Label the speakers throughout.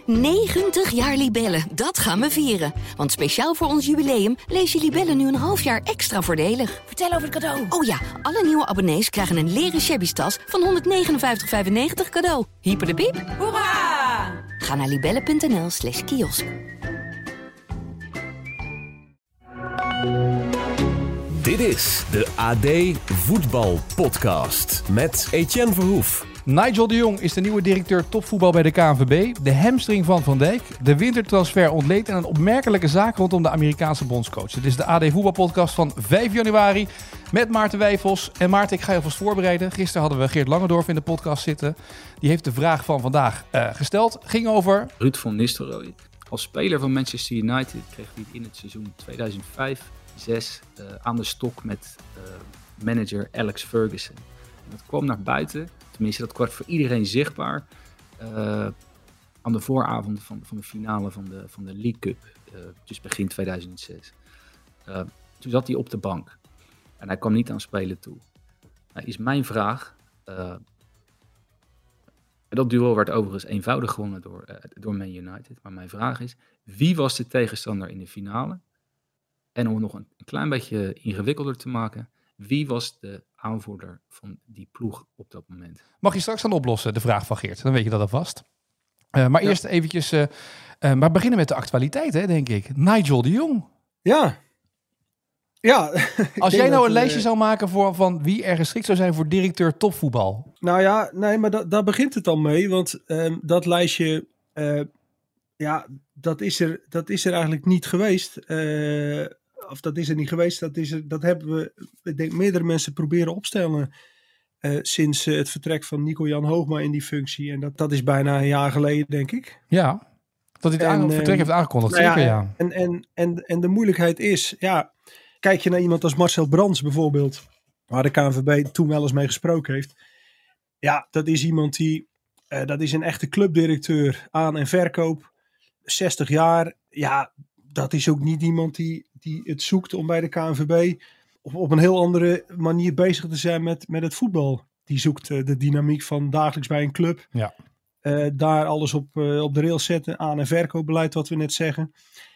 Speaker 1: 90 jaar Libellen, dat gaan we vieren. Want speciaal voor ons jubileum lees je Libellen nu een half jaar extra voordelig. Vertel over het cadeau. Oh ja, alle nieuwe abonnees krijgen een leren shabby tas van 159,95 cadeau. Hyper de piep.
Speaker 2: Hoera!
Speaker 1: Ga naar libellen.nl/kiosk.
Speaker 3: Dit is de AD Voetbal Podcast met Etienne Verhoef.
Speaker 4: Nigel de Jong is de nieuwe directeur topvoetbal bij de KNVB. De hamstring van Van Dijk. De wintertransfer ontleed en een opmerkelijke zaak rondom de Amerikaanse bondscoach. Dit is de AD Voetbal Podcast van 5 januari met Maarten Wijfels. En Maarten, ik ga je alvast voorbereiden. Gisteren hadden we Geert Langendorf in de podcast zitten. Die heeft de vraag van vandaag gesteld. Ging over
Speaker 5: Ruud van Nistelrooy. Als speler van Manchester United kreeg hij in het seizoen 2005-6 aan de stok met manager Alex Ferguson. En dat kwam naar buiten. Tenminste, dat werd voor iedereen zichtbaar aan de vooravond van de finale van de League Cup, dus begin 2006. Toen zat hij op de bank en hij kwam niet aan spelen toe. Nou, is mijn vraag, dat duel werd overigens eenvoudig gewonnen door Man United, maar mijn vraag is, wie was de tegenstander in de finale? En om het nog een klein beetje ingewikkelder te maken, wie was de aanvoerder van die ploeg op dat moment?
Speaker 4: Mag je straks gaan oplossen, de vraag van Geert. Dan weet je dat alvast. Maar eerst eventjes... maar beginnen met de actualiteit, hè, denk ik. Nigel de Jong.
Speaker 6: Ja.
Speaker 4: Als jij nou een lijstje zou maken van wie er geschikt zou zijn voor directeur topvoetbal.
Speaker 6: Nou ja, nee, maar daar begint het al mee. Want dat lijstje, dat is er eigenlijk niet geweest. Of dat is er niet geweest, dat hebben we, ik denk, meerdere mensen proberen opstellen sinds het vertrek van Nico-Jan Hoogma in die functie. En dat is bijna een jaar geleden, denk ik.
Speaker 4: Ja, dat hij het vertrek heeft aangekondigd, zeker ja.
Speaker 6: En de moeilijkheid is, kijk je naar iemand als Marcel Brands bijvoorbeeld, waar de KNVB toen wel eens mee gesproken heeft. Ja, dat is iemand dat is een echte clubdirecteur, aan- en verkoop, 60 jaar, ja. Dat is ook niet iemand die het zoekt om bij de KNVB op een heel andere manier bezig te zijn met het voetbal. Die zoekt de dynamiek van dagelijks bij een club.
Speaker 4: Ja.
Speaker 6: Daar alles op de rails zetten. Aan- en verkoopbeleid, wat we net zeggen.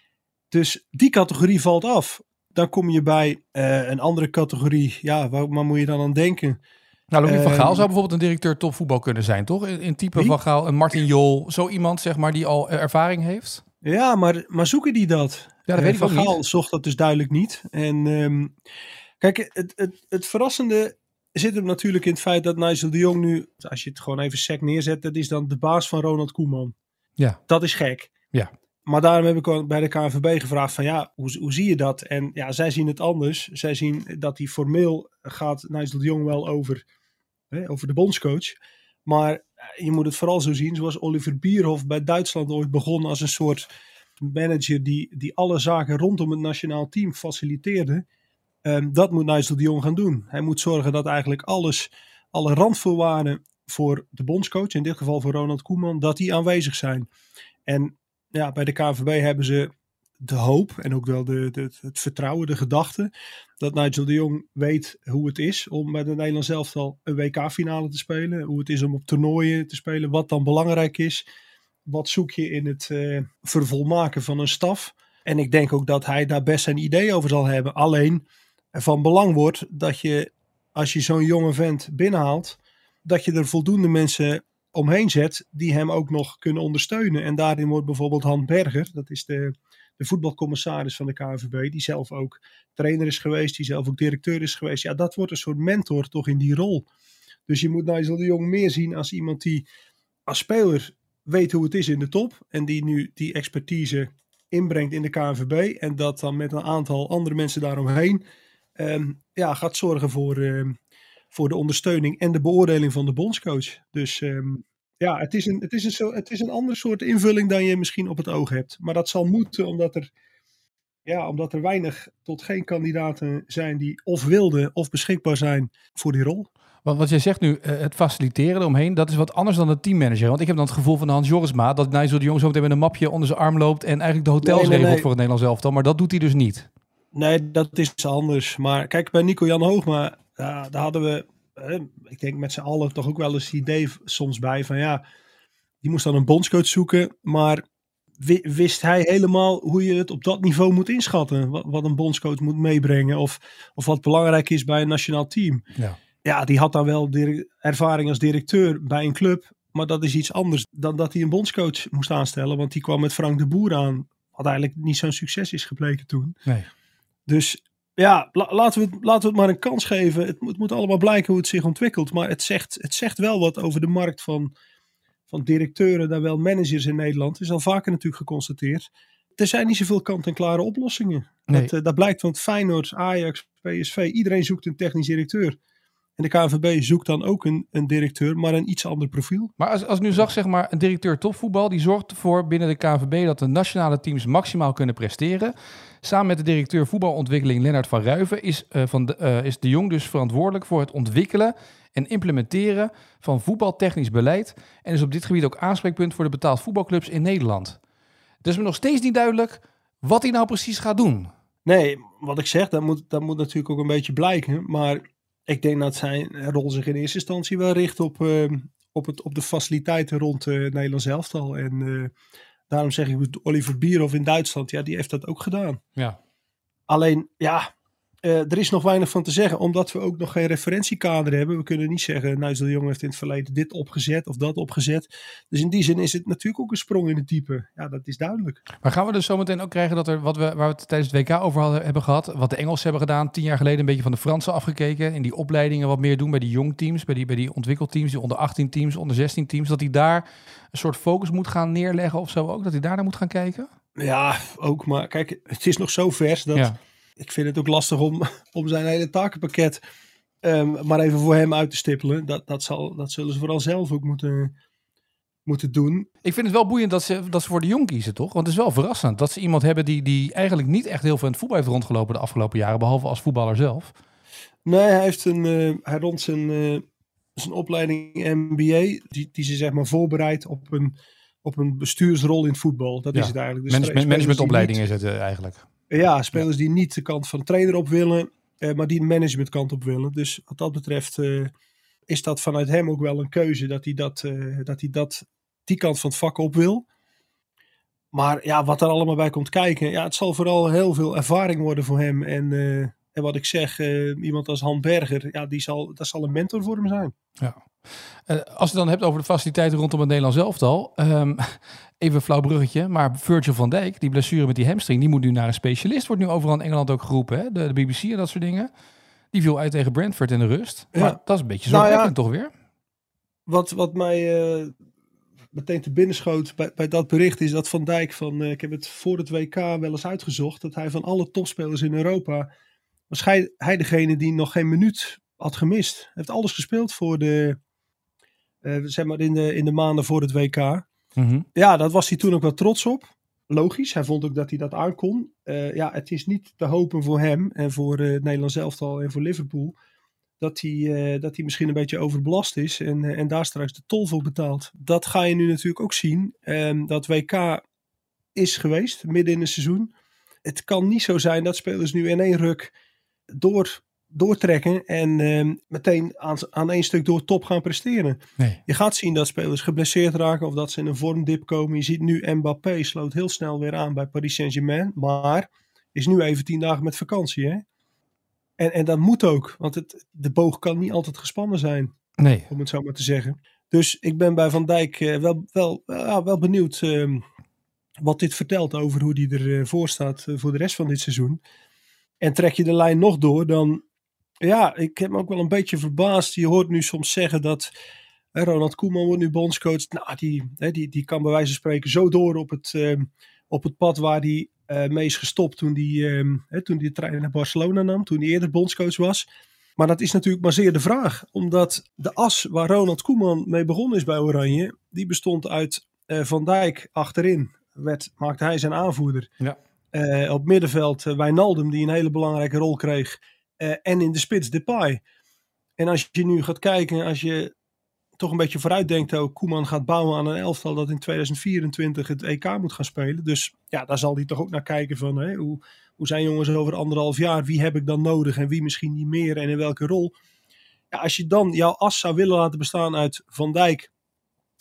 Speaker 6: Dus die categorie valt af. Dan kom je bij een andere categorie. Ja, waar moet je dan aan denken?
Speaker 4: Nou, Louis van Gaal zou bijvoorbeeld een directeur topvoetbal kunnen zijn, toch? In type
Speaker 6: wie?
Speaker 4: Van Gaal, een Martin Jol. Zo iemand, zeg maar, die al ervaring heeft.
Speaker 6: Ja, maar zoeken die dat?
Speaker 4: Ja, dat weet ik ook
Speaker 6: Van Gaal
Speaker 4: niet.
Speaker 6: zocht dat dus duidelijk niet. En kijk, het verrassende zit hem natuurlijk in het feit dat Nigel de Jong nu, als je het gewoon even sec neerzet, dat is dan de baas van Ronald Koeman.
Speaker 4: Ja.
Speaker 6: Dat is gek.
Speaker 4: Ja.
Speaker 6: Maar daarom heb ik ook bij de KNVB gevraagd van hoe zie je dat? En ja, zij zien het anders. Zij zien dat die formeel gaat Nigel de Jong wel over de bondscoach. Maar je moet het vooral zo zien, zoals Oliver Bierhoff bij Duitsland ooit begon als een soort manager die alle zaken rondom het nationaal team faciliteerde. Dat moet Nigel de Jong gaan doen. Hij moet zorgen dat eigenlijk alle randvoorwaarden voor de bondscoach, in dit geval voor Ronald Koeman, dat die aanwezig zijn. En ja, bij de KNVB hebben ze de hoop en ook wel het vertrouwen, de gedachte, dat Nigel de Jong weet hoe het is om bij de Nederlands elftal een WK-finale te spelen. Hoe het is om op toernooien te spelen, wat dan belangrijk is. Wat zoek je in het vervolmaken van een staf. En ik denk ook dat hij daar best zijn idee over zal hebben. Alleen van belang wordt dat je, als je zo'n jonge vent binnenhaalt, dat je er voldoende mensen omheen zet die hem ook nog kunnen ondersteunen. En daarin wordt bijvoorbeeld Han Berger, dat is de voetbalcommissaris van de KNVB, die zelf ook trainer is geweest, die zelf ook directeur is geweest. Ja, dat wordt een soort mentor toch in die rol. Dus je moet Nigel de Jong meer zien als iemand die als speler weet hoe het is in de top en die nu die expertise inbrengt in de KNVB en dat dan met een aantal andere mensen daaromheen gaat zorgen voor de ondersteuning en de beoordeling van de bondscoach. Dus het is een andere soort invulling dan je misschien op het oog hebt. Maar dat zal moeten omdat er weinig tot geen kandidaten zijn die of wilden of beschikbaar zijn voor die rol.
Speaker 4: Want wat jij zegt nu, het faciliteren eromheen, dat is wat anders dan de teammanager. Want ik heb dan het gevoel van Hans Jorisma dat Nigel de Jong zo meteen met een mapje onder zijn arm loopt en eigenlijk de hotels regelt voor het Nederlands elftal. Maar dat doet hij dus niet.
Speaker 6: Nee, dat is anders. Maar kijk, bij Nico-Jan Hoogma, daar hadden we, ik denk met z'n allen toch ook wel eens het idee soms bij van die moest dan een bondscoach zoeken. Maar wist hij helemaal hoe je het op dat niveau moet inschatten? Wat een bondscoach moet meebrengen of wat belangrijk is bij een nationaal team. Ja, die had dan wel ervaring als directeur bij een club. Maar dat is iets anders dan dat hij een bondscoach moest aanstellen. Want die kwam met Frank de Boer aan. Wat eigenlijk niet zo'n succes is gebleken toen.
Speaker 4: Nee.
Speaker 6: Dus ja, laten we het maar een kans geven. Het moet allemaal blijken hoe het zich ontwikkelt. Maar het zegt wel wat over de markt van directeuren, dan wel managers in Nederland. Het is al vaker natuurlijk geconstateerd. Er zijn niet zoveel kant-en-klare oplossingen.
Speaker 4: Nee.
Speaker 6: Dat blijkt, want Feyenoord, Ajax, PSV, iedereen zoekt een technisch directeur. En de KNVB zoekt dan ook een directeur, maar een iets ander profiel.
Speaker 4: Maar als ik nu zag, zeg maar, een directeur topvoetbal, die zorgt ervoor binnen de KNVB dat de nationale teams maximaal kunnen presteren. Samen met de directeur voetbalontwikkeling Lennart van Ruiven is de Jong dus verantwoordelijk voor het ontwikkelen en implementeren van voetbaltechnisch beleid. En is op dit gebied ook aanspreekpunt voor de betaald voetbalclubs in Nederland. Het is me nog steeds niet duidelijk wat hij nou precies gaat doen.
Speaker 6: Nee, wat ik zeg, dat moet natuurlijk ook een beetje blijken. Maar ik denk dat zijn rol zich in eerste instantie wel richt op de faciliteiten rond Nederlands elftal. En daarom zeg ik, Oliver Bierhoff in Duitsland, ja, die heeft dat ook gedaan.
Speaker 4: Ja.
Speaker 6: Alleen, ja, er is nog weinig van te zeggen, omdat we ook nog geen referentiekader hebben. We kunnen niet zeggen, Nigel de Jong heeft in het verleden dit opgezet of dat opgezet. Dus in die zin is het natuurlijk ook een sprong in het diepe. Ja, dat is duidelijk.
Speaker 4: Maar gaan we dus zometeen ook krijgen dat waar we het tijdens het WK over hebben gehad, wat de Engelsen hebben gedaan, 10 jaar geleden een beetje van de Fransen afgekeken, in die opleidingen wat meer doen bij die jong teams, bij die ontwikkelteams, die onder 18 teams, onder 16 teams, dat hij daar een soort focus moet gaan neerleggen of zo ook, dat hij daar naar moet gaan kijken? Ja,
Speaker 6: ook, maar kijk, het is nog zo vers dat... Ja. Ik vind het ook lastig om zijn hele takenpakket maar even voor hem uit te stippelen. Dat zullen ze vooral zelf ook moeten doen.
Speaker 4: Ik vind het wel boeiend dat ze voor de Jong kiezen, toch? Want het is wel verrassend dat ze iemand hebben die eigenlijk niet echt heel veel in het voetbal heeft rondgelopen de afgelopen jaren, behalve als voetballer zelf.
Speaker 6: Nee, hij rond zijn opleiding MBA, die ze zeg maar voorbereidt op een bestuursrol in het voetbal. Dat is het eigenlijk. Dus
Speaker 4: managementopleiding is het eigenlijk.
Speaker 6: Ja, spelers die niet de kant van de trainer op willen, maar die de managementkant op willen. Dus wat dat betreft is dat vanuit hem ook wel een keuze dat hij die kant van het vak op wil. Maar ja, wat er allemaal bij komt kijken, ja, het zal vooral heel veel ervaring worden voor hem. En wat ik zeg, iemand als Han Berger, ja, dat zal een mentor voor hem zijn.
Speaker 4: Ja. Als je het dan hebt over de faciliteiten rondom het Nederlands elftal. Even een flauw bruggetje, maar Virgil van Dijk, die blessure met die hamstring, die moet nu naar een specialist. Wordt nu overal in Engeland ook geroepen, hè? De BBC en dat soort dingen. Die viel uit tegen Brentford in de rust. Ja. Maar dat is een beetje zorgwekkend toch weer?
Speaker 6: Wat mij meteen te binnen schoot bij dat bericht is dat Van Dijk ik heb het voor het WK wel eens uitgezocht, dat hij van alle topspelers in Europa, was hij degene die nog geen minuut had gemist. Hij heeft alles gespeeld voor zeg maar in de maanden voor het WK. Mm-hmm. Ja, dat was hij toen ook wel trots op. Logisch, hij vond ook dat hij dat aankon. Ja, het is niet te hopen voor hem en voor het Nederlands elftal en voor Liverpool dat hij misschien een beetje overbelast is en daar straks de tol voor betaalt. Dat ga je nu natuurlijk ook zien. Dat WK is geweest, midden in het seizoen. Het kan niet zo zijn dat spelers nu in één ruk doortrekken en meteen aan één stuk door top gaan presteren. Nee. Je gaat zien dat spelers geblesseerd raken of dat ze in een vormdip komen. Je ziet nu Mbappé sloot heel snel weer aan bij Paris Saint-Germain, maar is nu even 10 dagen met vakantie. Hè? En dat moet ook, want de boog kan niet altijd gespannen zijn,
Speaker 4: nee.
Speaker 6: Om het zo maar te zeggen. Dus ik ben bij Van Dijk wel benieuwd wat dit vertelt over hoe hij ervoor staat voor de rest van dit seizoen. En trek je de lijn nog door, dan... Ja, ik heb me ook wel een beetje verbaasd. Je hoort nu soms zeggen dat Ronald Koeman wordt nu bondscoach. Nou, die kan bij wijze van spreken zo door op het pad waar hij mee is gestopt toen hij de trein naar Barcelona nam. Toen hij eerder bondscoach was. Maar dat is natuurlijk maar zeer de vraag. Omdat de as waar Ronald Koeman mee begonnen is bij Oranje, die bestond uit Van Dijk achterin. Maakte hij zijn aanvoerder.
Speaker 4: Ja.
Speaker 6: Op middenveld Wijnaldum, die een hele belangrijke rol kreeg. En in de spits Depay. En als je nu gaat kijken, als je toch een beetje vooruit denkt, Koeman gaat bouwen aan een elftal dat in 2024 het EK moet gaan spelen. Dus ja, daar zal hij toch ook naar kijken van hoe zijn jongens over 1,5 jaar, wie heb ik dan nodig en wie misschien niet meer en in welke rol. Ja, als je dan jouw as zou willen laten bestaan uit Van Dijk,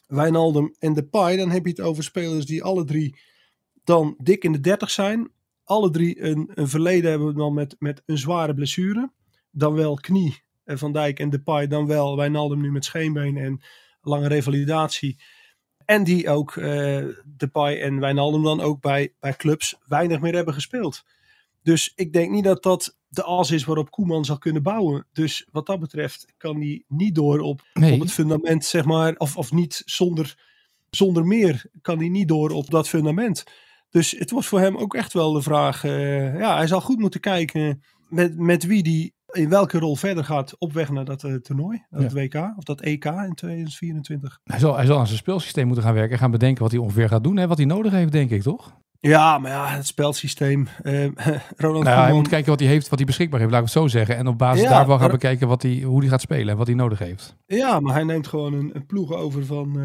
Speaker 6: Wijnaldum en Depay, dan heb je het over spelers die alle 3 dan dik in de 30 zijn. Alle 3 een verleden hebben dan met een zware blessure. Dan wel knie, Van Dijk en Depay, dan wel Wijnaldum nu met scheenbeen en lange revalidatie. En die ook Depay en Wijnaldum dan ook bij clubs weinig meer hebben gespeeld. Dus ik denk niet dat dat de as is waarop Koeman zal kunnen bouwen. Dus wat dat betreft kan hij niet door op het fundament, zeg maar. Of niet zonder meer kan hij niet door op dat fundament. Dus het wordt voor hem ook echt wel de vraag. Hij zal goed moeten kijken met wie die in welke rol verder gaat op weg naar dat toernooi. Het WK of dat EK in 2024.
Speaker 4: Hij zal aan zijn speelsysteem moeten gaan werken. Gaan bedenken wat hij ongeveer gaat doen. Hè? Wat hij nodig heeft, denk ik, toch?
Speaker 6: Ja, maar het spelsysteem. Ronald
Speaker 4: Koeman, hij moet kijken wat hij heeft, wat hij beschikbaar heeft, laat ik het zo zeggen. En op basis daarvan gaan bekijken hoe hij gaat spelen en wat hij nodig heeft.
Speaker 6: Ja, maar hij neemt gewoon een ploeg over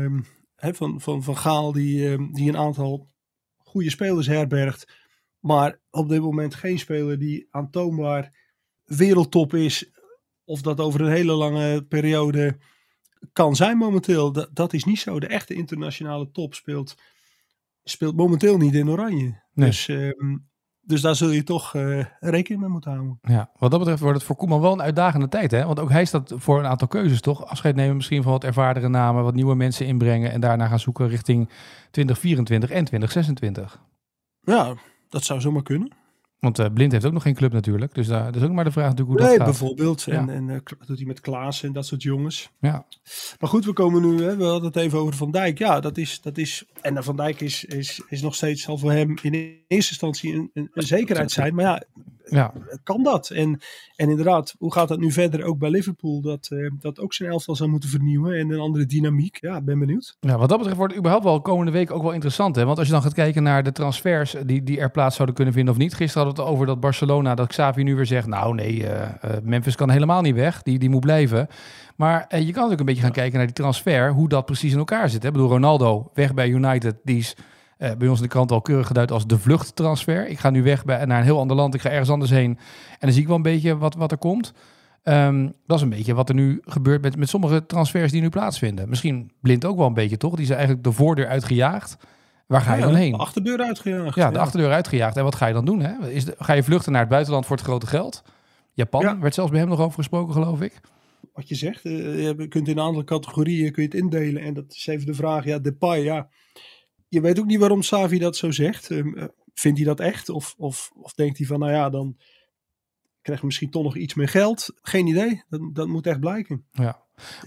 Speaker 6: van Gaal die een aantal goede spelers herbergt. Maar op dit moment geen speler die aantoonbaar wereldtop is. Of dat over een hele lange periode kan zijn momenteel. Dat is niet zo. De echte internationale top speelt momenteel niet in Oranje. Nee. Dus daar zul je toch rekening mee moeten houden.
Speaker 4: Ja, wat dat betreft wordt het voor Koeman wel een uitdagende tijd. Hè? Want ook hij staat voor een aantal keuzes, toch? Afscheid nemen misschien van wat ervardere namen, wat nieuwe mensen inbrengen en daarna gaan zoeken richting 2024 en 2026.
Speaker 6: Ja, dat zou zomaar kunnen.
Speaker 4: Want Blind heeft ook nog geen club natuurlijk. Dus dat is ook maar de vraag natuurlijk hoe dat gaat.
Speaker 6: Bijvoorbeeld. Ja. En dat doet hij met Klaas en dat soort jongens.
Speaker 4: Ja.
Speaker 6: Maar goed, we komen nu, we hadden het even over Van Dijk. Ja, dat is en Van Dijk is nog steeds, zal voor hem in eerste instantie een zekerheid zijn. Maar ja, kan dat? En inderdaad, hoe gaat dat nu verder ook bij Liverpool? Dat ook zijn elftal zou moeten vernieuwen en een andere dynamiek. Ja, ben benieuwd.
Speaker 4: Ja, wat dat betreft wordt het überhaupt wel komende week ook wel interessant. Hè? Want als je dan gaat kijken naar de transfers die er plaats zouden kunnen vinden of niet. Gisteren hadden we het over dat Barcelona, dat Xavi nu weer zegt, nou nee, Memphis kan helemaal niet weg. Die moet blijven. Maar je kan natuurlijk een beetje gaan kijken naar die transfer, hoe dat precies in elkaar zit. Hè? Ik bedoel, Ronaldo weg bij United, die is bij ons in de krant al keurig geduid als de vluchttransfer. Ik ga nu weg naar een heel ander land, ik ga ergens anders heen. En dan zie ik wel een beetje wat er komt. Dat is een beetje wat er nu gebeurt met sommige transfers die nu plaatsvinden. Misschien Blind ook wel een beetje, toch? Die zijn eigenlijk de voordeur uitgejaagd. Waar ga je dan heen?
Speaker 6: De achterdeur uitgejaagd.
Speaker 4: Ja, de achterdeur uitgejaagd. En wat ga je dan doen? Hè? Ga je vluchten naar het buitenland voor het grote geld? Japan werd zelfs bij hem nog over gesproken, geloof ik.
Speaker 6: Wat je zegt, je kunt in een aantal categorieën het indelen. En dat is even de vraag, Depay, je weet ook niet waarom Xavi dat zo zegt. Vindt hij dat echt? Of denkt hij van, dan krijg je misschien toch nog iets meer geld? Geen idee. Dat moet echt blijken.
Speaker 4: Ja.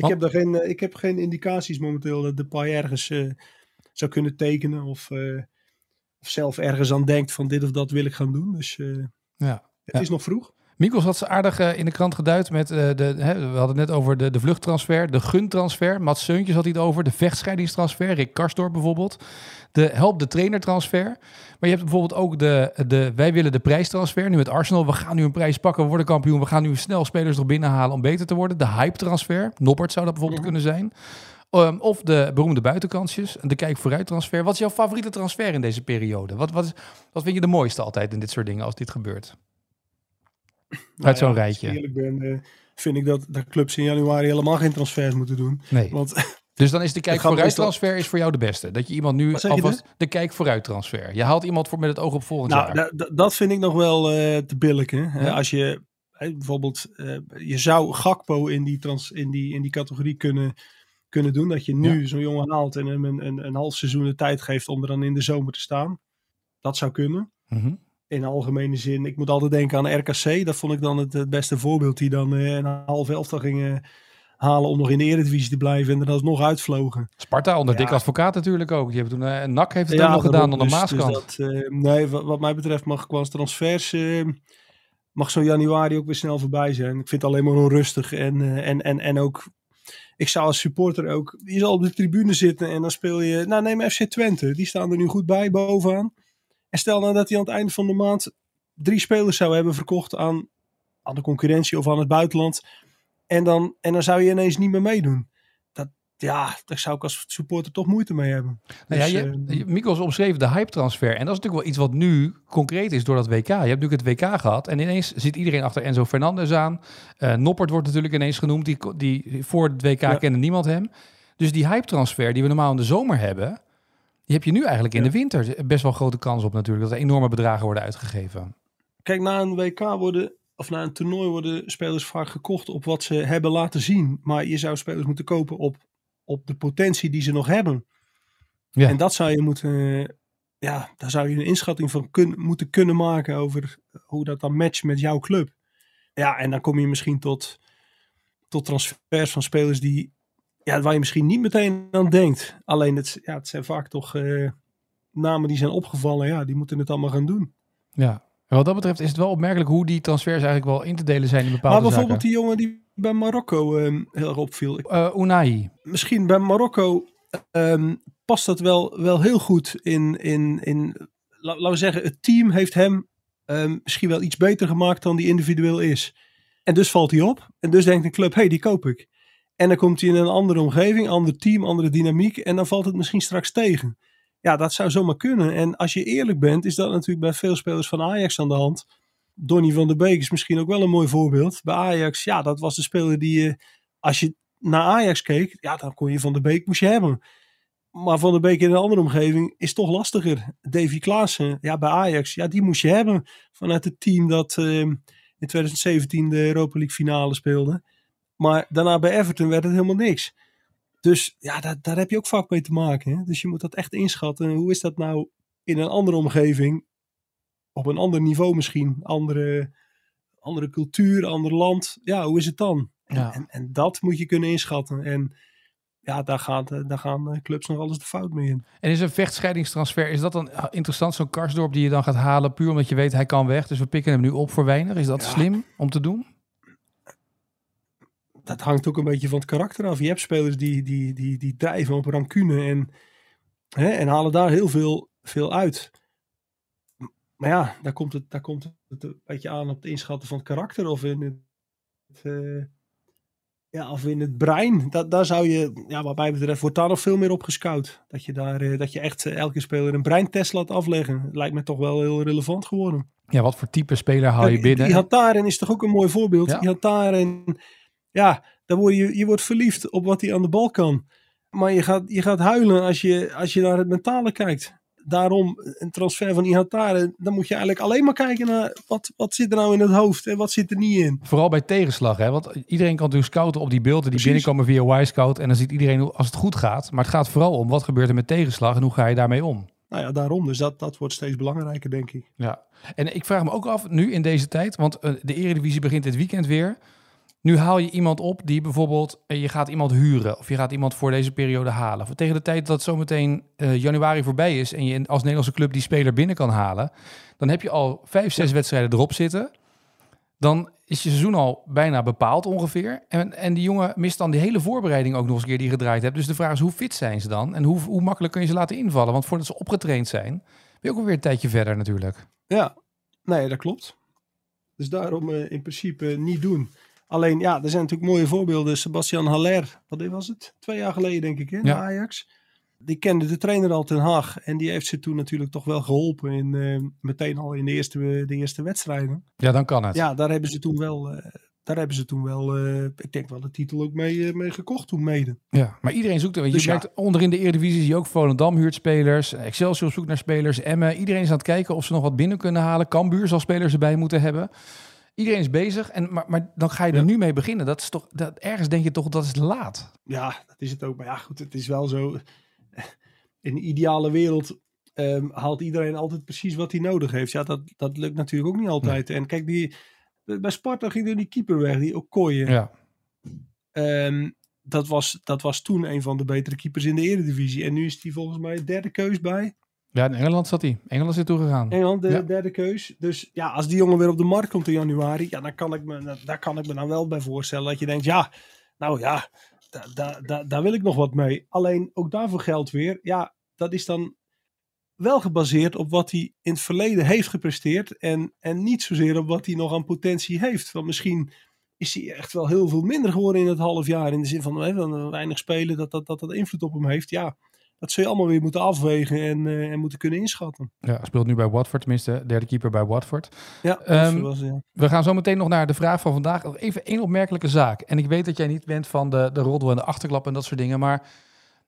Speaker 6: Ik heb geen indicaties momenteel dat Depay ergens zou kunnen tekenen. Of zelf ergens aan denkt van dit of dat wil ik gaan doen. Dus het is nog vroeg.
Speaker 4: Mikkels had ze aardig in de krant geduid met we hadden het net over de vluchttransfer, de guntransfer. Mats Seuntjes had hij het over, de vechtscheidingstransfer. Rick Karsdorp bijvoorbeeld. De help de trainer transfer. Maar je hebt bijvoorbeeld ook de wij willen de prijstransfer. Nu met Arsenal, we gaan nu een prijs pakken, we worden kampioen. We gaan nu snel spelers nog binnenhalen om beter te worden. De hype transfer. Noppert zou dat bijvoorbeeld kunnen zijn. Of de beroemde buitenkansjes. De kijk vooruit transfer. Wat is jouw favoriete transfer in deze periode? Wat vind je de mooiste altijd in dit soort dingen als dit gebeurt? Uit zo'n rijtje.
Speaker 6: Als ik eerlijk ben, vind ik dat clubs in januari helemaal geen transfers moeten doen.
Speaker 4: Nee.
Speaker 6: Want
Speaker 4: dus dan is de kijk vooruit transfer is voor jou de beste. Dat je iemand nu alvast de kijk vooruit transfer. Je haalt iemand voor met het oog op volgend jaar.
Speaker 6: Dat vind ik nog wel te billijken. Ja. Als je bijvoorbeeld, je zou Gakpo in die categorie kunnen doen. Dat je nu zo'n jongen haalt en hem een half seizoen de tijd geeft om er dan in de zomer te staan. Dat zou kunnen.
Speaker 4: Mm-hmm.
Speaker 6: In algemene zin. Ik moet altijd denken aan RKC. Dat vond ik dan het beste voorbeeld. Die dan een half elftal gingen halen om nog in de Eredivisie te blijven. En er alsnog uitvlogen.
Speaker 4: Sparta onder Dick Advocaat natuurlijk ook. Die hebben toen NAC heeft het ook nog gedaan onder Maaskant.
Speaker 6: Dus wat mij betreft mag qua transfers mag zo'n januari ook weer snel voorbij zijn. Ik vind het alleen maar onrustig. En ook, ik zou als supporter ook, je zal op de tribune zitten en dan speel je, neem FC Twente. Die staan er nu goed bij, bovenaan. En stel nou dat hij aan het einde van de maand 3 spelers zou hebben verkocht aan de concurrentie of aan het buitenland. En dan zou je ineens niet meer meedoen. Daar zou ik als supporter toch moeite mee hebben.
Speaker 4: Mikkels omschreef de hype transfer. En dat is natuurlijk wel iets wat nu concreet is door dat WK. Je hebt natuurlijk het WK gehad. En ineens zit iedereen achter Enzo Fernandez aan. Noppert wordt natuurlijk ineens genoemd. Die voor het WK kende niemand hem. Dus die hype-transfer die we normaal in de zomer hebben, die heb je nu eigenlijk in de winter best wel grote kans op natuurlijk. Dat er enorme bedragen worden uitgegeven.
Speaker 6: Kijk, na een WK na een toernooi worden spelers vaak gekocht op wat ze hebben laten zien. Maar je zou spelers moeten kopen op de potentie die ze nog hebben. Ja. En dat zou je moeten... daar zou je een inschatting van moeten kunnen maken over hoe dat dan matcht met jouw club. Ja, en dan kom je misschien tot transfers van spelers waar je misschien niet meteen aan denkt. Alleen het zijn vaak toch namen die zijn opgevallen. Ja, die moeten het allemaal gaan doen.
Speaker 4: Ja, en wat dat betreft is het wel opmerkelijk hoe die transfers eigenlijk wel in te delen zijn in bepaalde
Speaker 6: zaken. Maar bijvoorbeeld die jongen die bij Marokko heel erg opviel.
Speaker 4: Unai.
Speaker 6: Misschien bij Marokko past dat wel heel goed in laten we zeggen, het team heeft hem misschien wel iets beter gemaakt dan die individueel is. En dus valt hij op. En dus denkt een club, die koop ik. En dan komt hij in een andere omgeving, ander team, andere dynamiek. En dan valt het misschien straks tegen. Ja, dat zou zomaar kunnen. En als je eerlijk bent, is dat natuurlijk bij veel spelers van Ajax aan de hand. Donny van der Beek is misschien ook wel een mooi voorbeeld. Bij Ajax, dat was de speler die als je naar Ajax keek, dan kon je Van der Beek moest je hebben. Maar Van der Beek in een andere omgeving is toch lastiger. Davy Klaassen, bij Ajax, die moest je hebben. Vanuit het team dat in 2017 de Europa League finale speelde. Maar daarna bij Everton werd het helemaal niks. Dus daar heb je ook vaak mee te maken. Hè? Dus je moet dat echt inschatten. Hoe is dat nou in een andere omgeving? Op een ander niveau misschien. Andere cultuur, ander land. Ja, hoe is het dan? Ja. En dat moet je kunnen inschatten. En daar gaan clubs nog alles de fout mee in.
Speaker 4: En is een vechtscheidingstransfer, is dat dan interessant? Zo'n Karsdorp die je dan gaat halen puur omdat je weet hij kan weg. Dus we pikken hem nu op voor weinig. Is dat slim om te doen?
Speaker 6: Dat hangt ook een beetje van het karakter af. Je hebt spelers die drijven op rancune en halen daar heel veel uit. Maar daar komt het een beetje aan op het inschatten van het karakter of in het brein. Daar zou je, wat mij betreft, wordt daar nog veel meer op gescout. Dat je echt elke speler een breintest laat afleggen. Het lijkt me toch wel heel relevant geworden.
Speaker 4: Ja, wat voor type speler haal je binnen?
Speaker 6: Ihataren is toch ook een mooi voorbeeld.
Speaker 4: Ja.
Speaker 6: Ihataren, dan je wordt verliefd op wat hij aan de bal kan. Maar je gaat huilen als je naar het mentale kijkt. Daarom een transfer van Ihataren, dan moet je eigenlijk alleen maar kijken naar wat zit er nou in het hoofd en wat zit er niet in.
Speaker 4: Vooral bij tegenslag, hè? Want iedereen kan natuurlijk scouten op die beelden die binnenkomen via Y-Scout en dan ziet iedereen als het goed gaat. Maar het gaat vooral om wat gebeurt er met tegenslag en hoe ga je daarmee om.
Speaker 6: Nou ja, daarom. Dus dat wordt steeds belangrijker, denk ik.
Speaker 4: Ja, en ik vraag me ook af, nu in deze tijd, want de Eredivisie begint dit weekend weer. Nu haal je iemand op die bijvoorbeeld, je gaat iemand huren of je gaat iemand voor deze periode halen. Of tegen de tijd dat zometeen januari voorbij is en je als Nederlandse club die speler binnen kan halen, dan heb je al 5-6 wedstrijden erop zitten. Dan is je seizoen al bijna bepaald ongeveer. En die jongen mist dan die hele voorbereiding ook nog eens een keer die je gedraaid hebt. Dus de vraag is, hoe fit zijn ze dan? En hoe makkelijk kun je ze laten invallen? Want voordat ze opgetraind zijn, ben je ook alweer een tijdje verder natuurlijk.
Speaker 6: Ja, nee, dat klopt. Dus daarom in principe niet doen. Alleen, er zijn natuurlijk mooie voorbeelden. Sebastian Haller, wat was het? 2 jaar geleden denk ik, naar Ajax. Die kende de trainer al Ten Hag. En die heeft ze toen natuurlijk toch wel geholpen. Meteen al in de eerste wedstrijden.
Speaker 4: Ja, dan kan het.
Speaker 6: Ja, daar hebben ze toen wel, ik denk wel de titel ook mee gekocht toen mede.
Speaker 4: Ja, maar iedereen zoekt er. Dus je merkt onderin de Eredivisie zie je ook Volendam huurt spelers. Excelsior zoekt naar spelers. Emmen, iedereen is aan het kijken of ze nog wat binnen kunnen halen. Cambuur zal spelers erbij moeten hebben. Iedereen is bezig, maar dan ga je er nu mee beginnen. Dat is toch, ergens denk je toch dat is laat.
Speaker 6: Ja, dat is het ook. Maar goed, het is wel zo. In een ideale wereld haalt iedereen altijd precies wat hij nodig heeft. Ja, dat lukt natuurlijk ook niet altijd. Nee. En kijk, bij Sparta ging er die keeper weg, die Okoye.
Speaker 4: Ja.
Speaker 6: Dat was toen een van de betere keepers in de Eredivisie. En nu is hij volgens mij derde keus bij.
Speaker 4: Ja, in Engeland zat hij. Engeland is er toe gegaan.
Speaker 6: Engeland, derde keus. Dus als die jongen weer op de markt komt in januari, daar kan ik me nou wel bij voorstellen. Dat je denkt, daar wil ik nog wat mee. Alleen, ook daarvoor geldt weer, dat is dan wel gebaseerd op wat hij in het verleden heeft gepresteerd. En niet zozeer op wat hij nog aan potentie heeft. Want misschien is hij echt wel heel veel minder geworden in het half jaar. In de zin van weinig spelen, dat invloed op hem heeft. Ja. Dat zul je allemaal weer moeten afwegen en moeten kunnen inschatten.
Speaker 4: Ja, speelt nu bij Watford, tenminste. Derde keeper bij Watford.
Speaker 6: Ja,
Speaker 4: we gaan zo meteen nog naar de vraag van vandaag. Nog even één opmerkelijke zaak. En ik weet dat jij niet bent van de roddel en de achterklap en dat soort dingen. Maar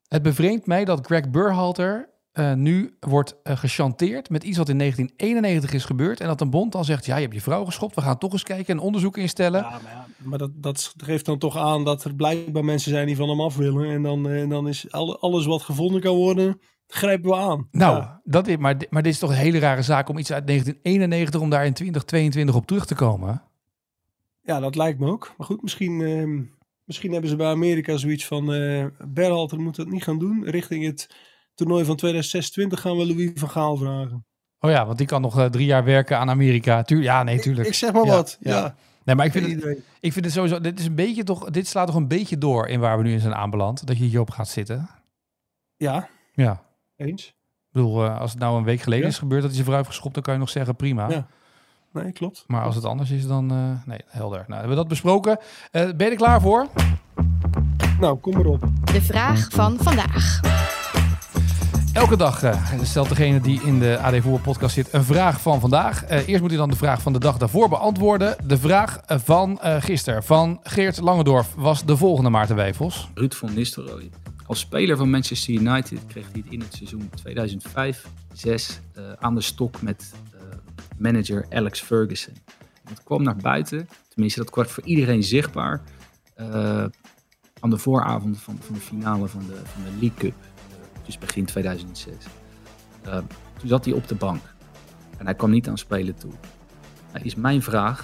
Speaker 4: Het bevreemdt mij dat Greg Berhalter nu wordt gechanteerd met iets wat in 1991 is gebeurd. En dat een bond dan zegt, ja, je hebt je vrouw geschopt. We gaan toch eens kijken en onderzoek instellen.
Speaker 6: Maar dat geeft dan toch aan dat er blijkbaar mensen zijn die van hem af willen. En dan is alles wat gevonden kan worden, grijpen we aan.
Speaker 4: Nou, maar dit is toch een hele rare zaak om iets uit 1991, om daar in 2022 op terug te komen.
Speaker 6: Ja, dat lijkt me ook. Maar goed, misschien hebben ze bij Amerika zoiets van, Berhalter moet dat niet gaan doen. Richting het toernooi van 2026 gaan we Louis van Gaal vragen.
Speaker 4: Oh ja, want die kan nog 3 jaar werken aan Amerika. Tuurlijk.
Speaker 6: Ik zeg maar wat. Ja.
Speaker 4: Nee, maar ik vind het sowieso, dit slaat toch een beetje door in waar we nu in zijn aanbeland. Dat je hierop gaat zitten.
Speaker 6: Ja. Eens.
Speaker 4: Ik bedoel, als het nou een week geleden is gebeurd dat hij zijn vrouw heeft geschopt, dan kan je nog zeggen prima.
Speaker 6: Ja. Nee, klopt.
Speaker 4: Maar als het anders is, dan... nee, helder. Nou, hebben we dat besproken. Ben je er klaar voor?
Speaker 6: Nou, kom maar op.
Speaker 2: De vraag van vandaag.
Speaker 4: Elke dag stelt degene die in de AD Voetbal podcast zit een vraag van vandaag. Eerst moet hij dan de vraag van de dag daarvoor beantwoorden. De vraag van gisteren van Geert Langendorf was de volgende, Maarten Wijfels.
Speaker 5: Ruud van Nistelrooy. Als speler van Manchester United kreeg hij het in het seizoen 2005-6 aan de stok met manager Alex Ferguson. Dat kwam naar buiten, tenminste dat werd voor iedereen zichtbaar, aan de vooravond van de finale van de League Cup. Dus begin 2006. Toen zat hij op de bank. En hij kwam niet aan spelen toe. Nou, is mijn vraag.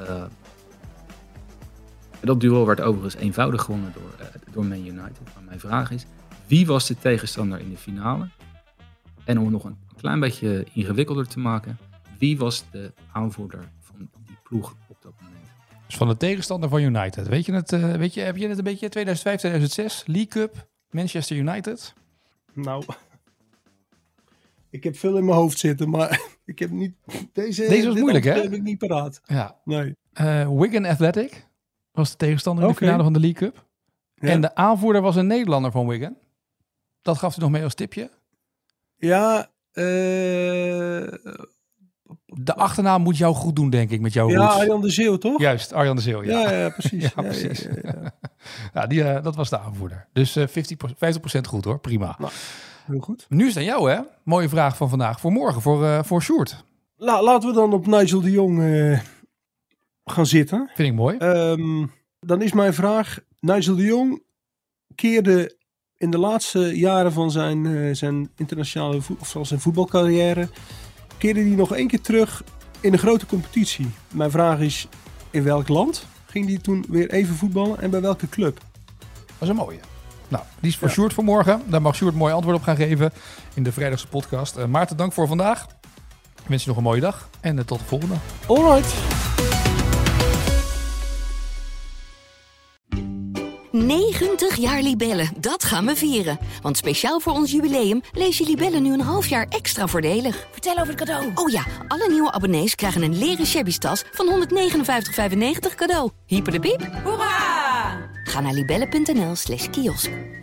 Speaker 5: Dat duel werd overigens eenvoudig gewonnen door Man United. Maar mijn vraag is, wie was de tegenstander in de finale? En om het nog een klein beetje ingewikkelder te maken, wie was de aanvoerder van die ploeg op dat moment?
Speaker 4: Dus van de tegenstander van United. Weet je het? Heb je het een beetje 2005, 2006, League Cup, Manchester United?
Speaker 6: Nou, ik heb veel in mijn hoofd zitten, maar ik heb niet...
Speaker 4: Deze was moeilijk, hè?
Speaker 6: heb ik niet paraat.
Speaker 4: Ja.
Speaker 6: Nee.
Speaker 4: Wigan Athletic was de tegenstander in de finale van de League Cup. Ja. En de aanvoerder was een Nederlander van Wigan. Dat gaf hij nog mee als tipje.
Speaker 6: Ja,
Speaker 4: de achternaam moet jou goed doen, denk ik, met jouw roots.
Speaker 6: Arjan de Zeeuw, toch?
Speaker 4: Juist, Arjan de Zeeuw, ja.
Speaker 6: Ja, precies.
Speaker 4: Ja, precies. Ja, dat was de aanvoerder. Dus 50% goed, hoor. Prima.
Speaker 6: Nou, heel goed.
Speaker 4: Nu is het aan jou, hè? Mooie vraag van vandaag. Voor morgen, voor Sjoerd.
Speaker 6: Laten we dan op Nigel de Jong gaan zitten.
Speaker 4: Vind ik mooi.
Speaker 6: Dan is mijn vraag. Nigel de Jong keerde in de laatste jaren van zijn internationale zijn voetbalcarrière, keerde hij nog 1 keer terug in de grote competitie. Mijn vraag is, in welk land ging hij toen weer even voetballen en bij welke club?
Speaker 4: Dat is een mooie. Nou, die is voor Sjoerd voor morgen. Daar mag Sjoerd mooi antwoord op gaan geven in de vrijdagse podcast. Maarten, dank voor vandaag. Ik wens je nog een mooie dag en tot de volgende.
Speaker 6: Alright.
Speaker 1: 90 jaar Libellen, dat gaan we vieren. Want speciaal voor ons jubileum lees je Libellen nu een half jaar extra voordelig. Vertel over het cadeau. Oh ja, alle nieuwe abonnees krijgen een leren shabby tas van 159,95 cadeau. Hyper de piep. Hoera! Ga naar libellen.nl/kiosk.